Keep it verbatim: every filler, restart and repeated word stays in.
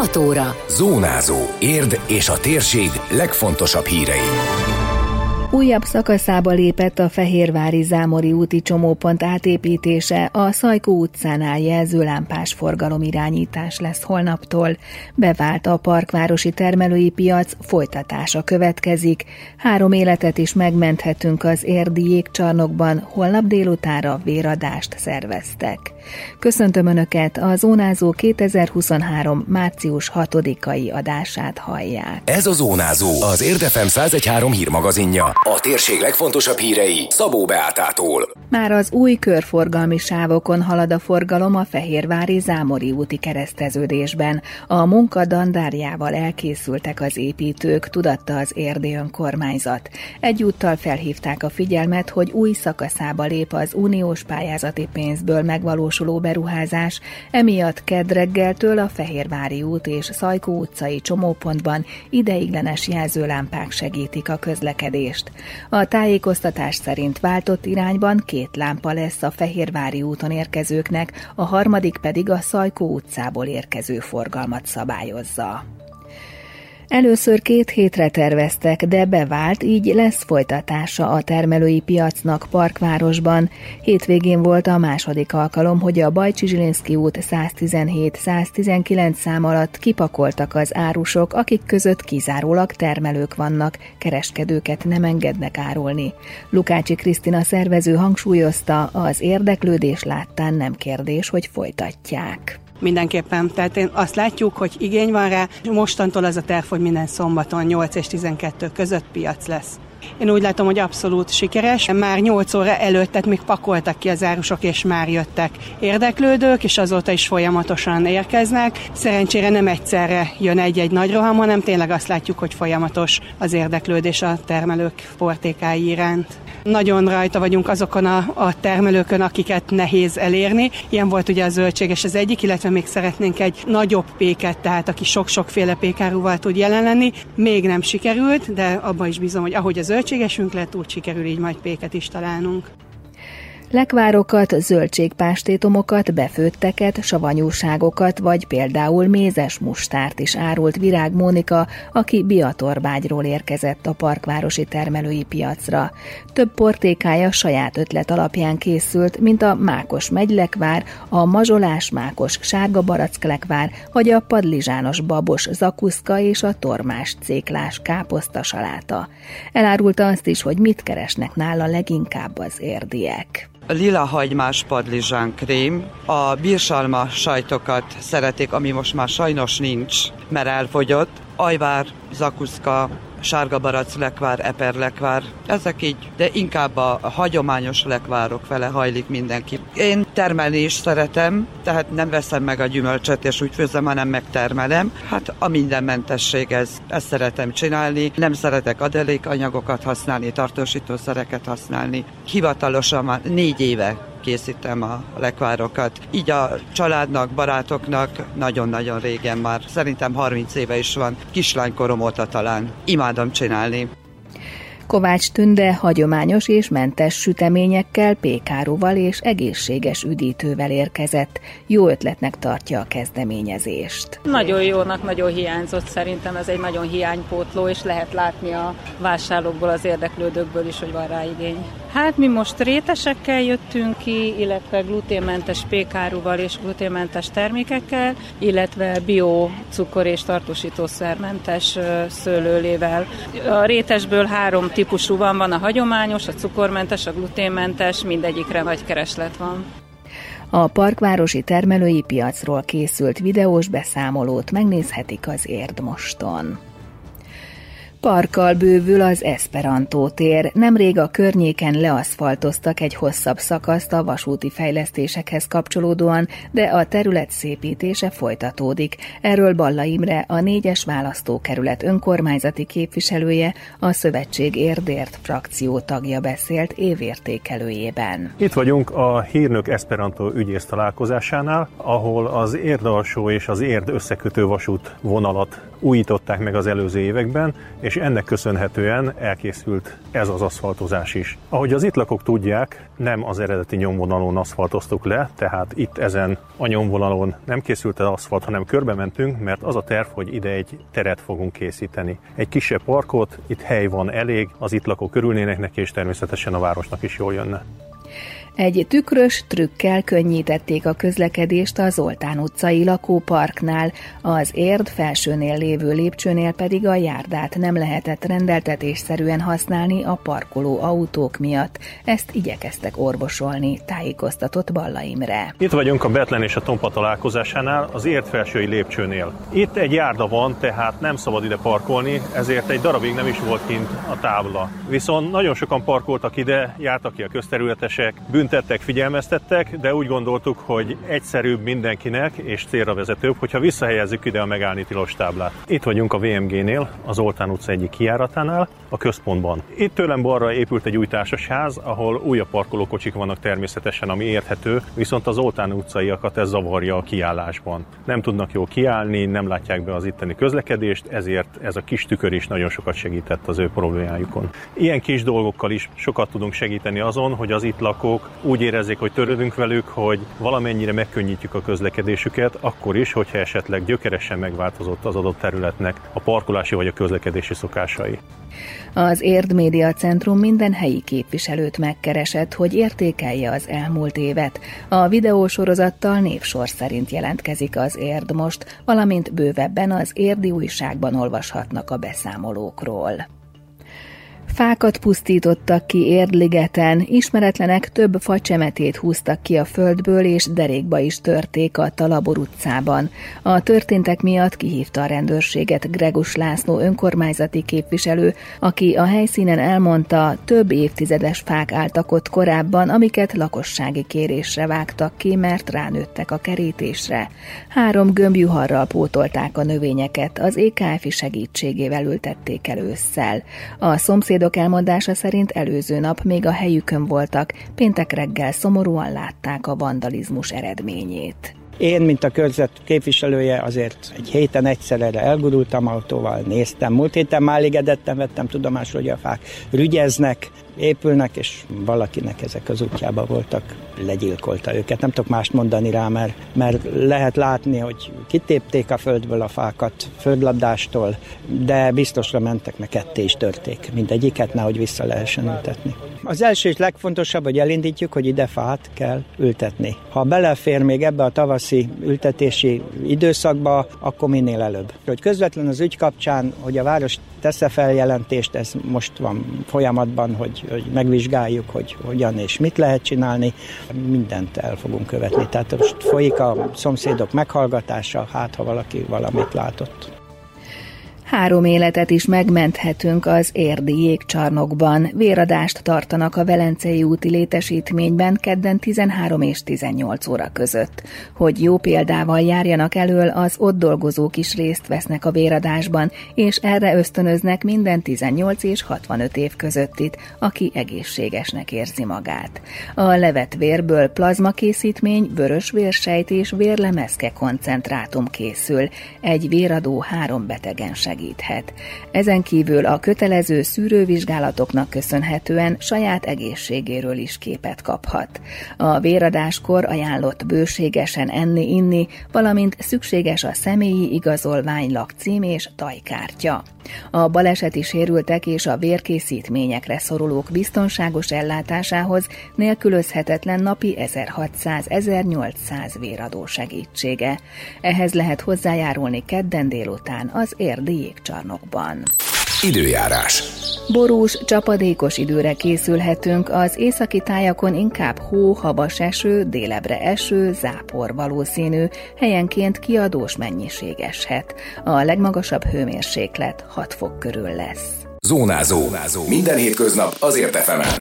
hat óra. Zónázó. Érd és a térség legfontosabb hírei. Újabb szakaszába lépett a Fehérvári Zámori úti csomópont átépítése, a Szajkó utcánál jelzőlámpás forgalomirányítás lesz holnaptól. Bevált a parkvárosi termelői piac, folytatása következik. Három életet is megmenthetünk az érdi jégcsarnokban, holnap délutánra véradást szerveztek. Köszöntöm Önöket, a Zónázó kétezer-huszonhárom. március hatodikai adását hallják. Ez a Zónázó, az Érd ef em száz egy három hírmagazinja. A térség legfontosabb hírei Szabó Beátától. Már az új körforgalmi sávokon halad a forgalom a Fehérvári Zámori úti kereszteződésben. A munka dandárjával elkészültek az építők, tudatta az érdi önkormányzat. Egyúttal felhívták a figyelmet, hogy új szakaszába lép az uniós pályázati pénzből megvalósuló beruházás, emiatt kedd reggeltől a Fehérvári út és Szajkó utcai csomópontban ideiglenes jelzőlámpák segítik a közlekedést. A tájékoztatás szerint váltott irányban két lámpa lesz a Fehérvári úton érkezőknek, a harmadik pedig a Szajkó utcából érkező forgalmat szabályozza. Először két hétre terveztek, de bevált, így lesz folytatása a termelői piacnak Parkvárosban. Hétvégén volt a második alkalom, hogy a Bajcsy-Zsilinszky út száztizenhét száztizenkilenc szám alatt kipakoltak az árusok, akik között kizárólag termelők vannak, kereskedőket nem engednek árulni. Lukácsi Krisztina szervező hangsúlyozta, az érdeklődés láttán nem kérdés, hogy folytatják. Mindenképpen, tehát én azt látjuk, hogy igény van rá, mostantól az a terv, hogy minden szombaton nyolc és tizenkettő között piac lesz. Én úgy látom, hogy abszolút sikeres. Már nyolc óra előtt, tehát még pakoltak ki az árusok, és már jöttek érdeklődők, és azóta is folyamatosan érkeznek. Szerencsére nem egyszerre jön egy-egy nagy roham, hanem tényleg azt látjuk, hogy folyamatos az érdeklődés a termelők portékái iránt. Nagyon rajta vagyunk azokon a, a termelőkön, akiket nehéz elérni. Ilyen volt ugye a zöldséges az egyik, illetve még szeretnénk egy nagyobb péket, tehát aki sok-sokféle pékárúval tud jelen lenni. Még nem sikerült, de abban is bízom, hogy ahogy a zöldségesünk lett, úgy sikerül így majd péket is találnunk. Lekvárokat, zöldségpástétomokat, befőtteket, savanyúságokat vagy például mézes mustárt is árult Virág Mónika, aki Biatorbágyról érkezett a parkvárosi termelői piacra. Több portékája saját ötlet alapján készült, mint a mákos megylekvár, a mazsolás mákos sárga baracklekvár, vagy a padlizsános babos zakuszka és a tormás céklás káposzta saláta. Elárulta azt is, hogy mit keresnek nála leginkább az érdiek. Lila hagymás padlizsán krém, a bírsalma sajtokat szeretik, ami most már sajnos nincs, mert elfogyott, ajvár, zakuszka, sárga barack lekvár, eper lekvár, ezek így, de inkább a hagyományos lekvárok fele hajlik mindenki. Én termelni is szeretem, tehát nem veszem meg a gyümölcsöt és úgy főzem, hanem megtermelem. Hát a mindenmentesség, ez, ezt szeretem csinálni. Nem szeretek adalékanyagokat használni, tartósítószereket használni. Hivatalosan már négy éve készítem a lekvárokat. Így a családnak, barátoknak nagyon-nagyon régen már, szerintem harminc éve is van, kislánykorom óta talán. Imádom csinálni. Kovács Tünde hagyományos és mentes süteményekkel, pékáruval és egészséges üdítővel érkezett. Jó ötletnek tartja a kezdeményezést. Nagyon jónak, nagyon hiányzott szerintem, ez egy nagyon hiánypótló, és lehet látni a vásárlókból, az érdeklődőkből is, hogy van rá igény. Hát mi most rétesekkel jöttünk ki, illetve gluténmentes pékáruval és gluténmentes termékekkel, illetve bio cukor és tartósítószermentes szőlőlével. A rétesből három típusú van, van a hagyományos, a cukormentes, a gluténmentes, mindegyikre nagy kereslet van. A parkvárosi termelői piacról készült videós beszámolót megnézhetik az Érd Moston. Parkkal bővül az Esperantó tér. Nemrég a környéken leaszfaltoztak egy hosszabb szakaszt a vasúti fejlesztésekhez kapcsolódóan, de a terület szépítése folytatódik. Erről Balla Imre, a négyes választókerület önkormányzati képviselője, a Szövetség Érdért frakció tagja beszélt évértékelőjében. Itt vagyunk a Hírnök Esperantó ügyész találkozásánál, ahol az Érd alsó és az Érd összekötő vasút vonalat újították meg az előző években, és és ennek köszönhetően elkészült ez az aszfaltozás is. Ahogy az itt lakók tudják, nem az eredeti nyomvonalon aszfaltoztuk le, tehát itt ezen a nyomvonalon nem készült az aszfalt, hanem körbe mentünk, mert az a terv, hogy ide egy teret fogunk készíteni. Egy kisebb parkot, itt hely van elég, az itt lakók örülnének neki, és természetesen a városnak is jól jönne. Egy tükrös trükkel könnyítették a közlekedést a Zoltán utcai lakóparknál, az Érd felsőnél lévő lépcsőnél pedig a járdát nem lehetett rendeltetésszerűen használni a parkoló autók miatt. Ezt igyekeztek orvosolni, tájékoztatott Balla Imre. Itt vagyunk a Bethlen és a Tompa találkozásánál, az Érd felsői lépcsőnél. Itt egy járda van, tehát nem szabad ide parkolni, ezért egy darabig nem is volt kint a tábla. Viszont nagyon sokan parkoltak ide, jártak ki a közterületesek, büntettek, figyelmeztettek, de úgy gondoltuk, hogy egyszerűbb mindenkinek és célra vezetőbb, hogyha visszahelyezzük ide a megállni tilos táblát. Itt vagyunk a vé em génél, az Zoltán utca egyik kijáratánál, a központban. Itt tőlem balra épült egy új társasház, ahol újabb parkolókocsik vannak természetesen, ami érthető, viszont az Zoltán utcaiakat ez zavarja a kiállásban. Nem tudnak jól kiállni, nem látják be az itteni közlekedést, ezért ez a kis tükör is nagyon sokat segített az ő problémájukon. Ilyen kis dolgokkal is sokat tudunk segíteni azon, hogy az itt lakók úgy érezzék, hogy törődünk velük, hogy valamennyire megkönnyítjük a közlekedésüket, akkor is, hogyha esetleg gyökeresen megváltozott az adott területnek a parkolási vagy a közlekedési szokásai. Az Érd Média Centrum minden helyi képviselőt megkeresett, hogy értékelje az elmúlt évet. A videósorozattal névsor szerint jelentkezik az Érd most, valamint bővebben az érdi újságban olvashatnak a beszámolókról. Fákat pusztítottak ki Érdligeten, ismeretlenek több facsemetét húztak ki a földből, és derékba is törték a Talabor utcában. A történtek miatt kihívta a rendőrséget Gregus László önkormányzati képviselő, aki a helyszínen elmondta, több évtizedes fák álltak ott korábban, amiket lakossági kérésre vágtak ki, mert ránőttek a kerítésre. Három gömbjuharral pótolták a növényeket, az é ká ef-i segítségével ültették el ősszel. A szomszéd A elmondása szerint előző nap még a helyükön voltak, péntek reggel szomorúan látták a vandalizmus eredményét. Én, mint a körzet képviselője, azért egy héten egyszer erre elgurultam autóval, néztem. Múlt héten már elégedetten vettem tudomásul, hogy a fák rügyeznek, épülnek, és valakinek ezek az útjában voltak, legyilkolta őket. Nem tudok mást mondani rá, mert, mert lehet látni, hogy kitépték a földből a fákat földlabdástól, de biztosra mentek, mert ketté is törték mindegyiket, nehogy vissza lehessen ültetni. Az első és legfontosabb, hogy elindítjuk, hogy ide fát kell ültetni. Ha belefér még ebbe a tavaszi ültetési időszakba, akkor minél előbb. Hogy közvetlen az ügy kapcsán, hogy a város tesz-e feljelentést, ez most van folyamatban, hogy, hogy megvizsgáljuk, hogy hogyan és mit lehet csinálni. Mindent el fogunk követni. Tehát most folyik a szomszédok meghallgatása, hát ha valaki valamit látott. Három életet is megmenthetünk az érdi jégcsarnokban. Véradást tartanak a Velencei úti létesítményben kedden tizenhárom és tizennyolc óra között. Hogy jó példával járjanak elől, az ott dolgozók is részt vesznek a véradásban, és erre ösztönöznek minden tizennyolc és hatvanöt év közöttit, aki egészségesnek érzi magát. A levett vérből plazmakészítmény, vörös vérsejt és vérlemezke koncentrátum készül. Egy véradó három betegen segít. Ezen kívül a kötelező szűrővizsgálatoknak köszönhetően saját egészségéről is képet kaphat. A véradáskor ajánlott bőségesen enni-inni, valamint szükséges a személyi igazolvány, lakcím és tajkártya. A baleseti sérültek és a vérkészítményekre szorulók biztonságos ellátásához nélkülözhetetlen napi ezerhatszáz-ezernyolcszáz véradó segítsége. Ehhez lehet hozzájárulni kedden délután az érdi jégcsarnokban. Időjárás. Borús, csapadékos időre készülhetünk, az északi tájakon inkább hó, havas eső, délebre eső, zápor valószínű, helyenként kiadós mennyiség eshet. A legmagasabb hőmérséklet hat fok körül lesz. Zónázó. Minden hétköznap az Érd ef emen.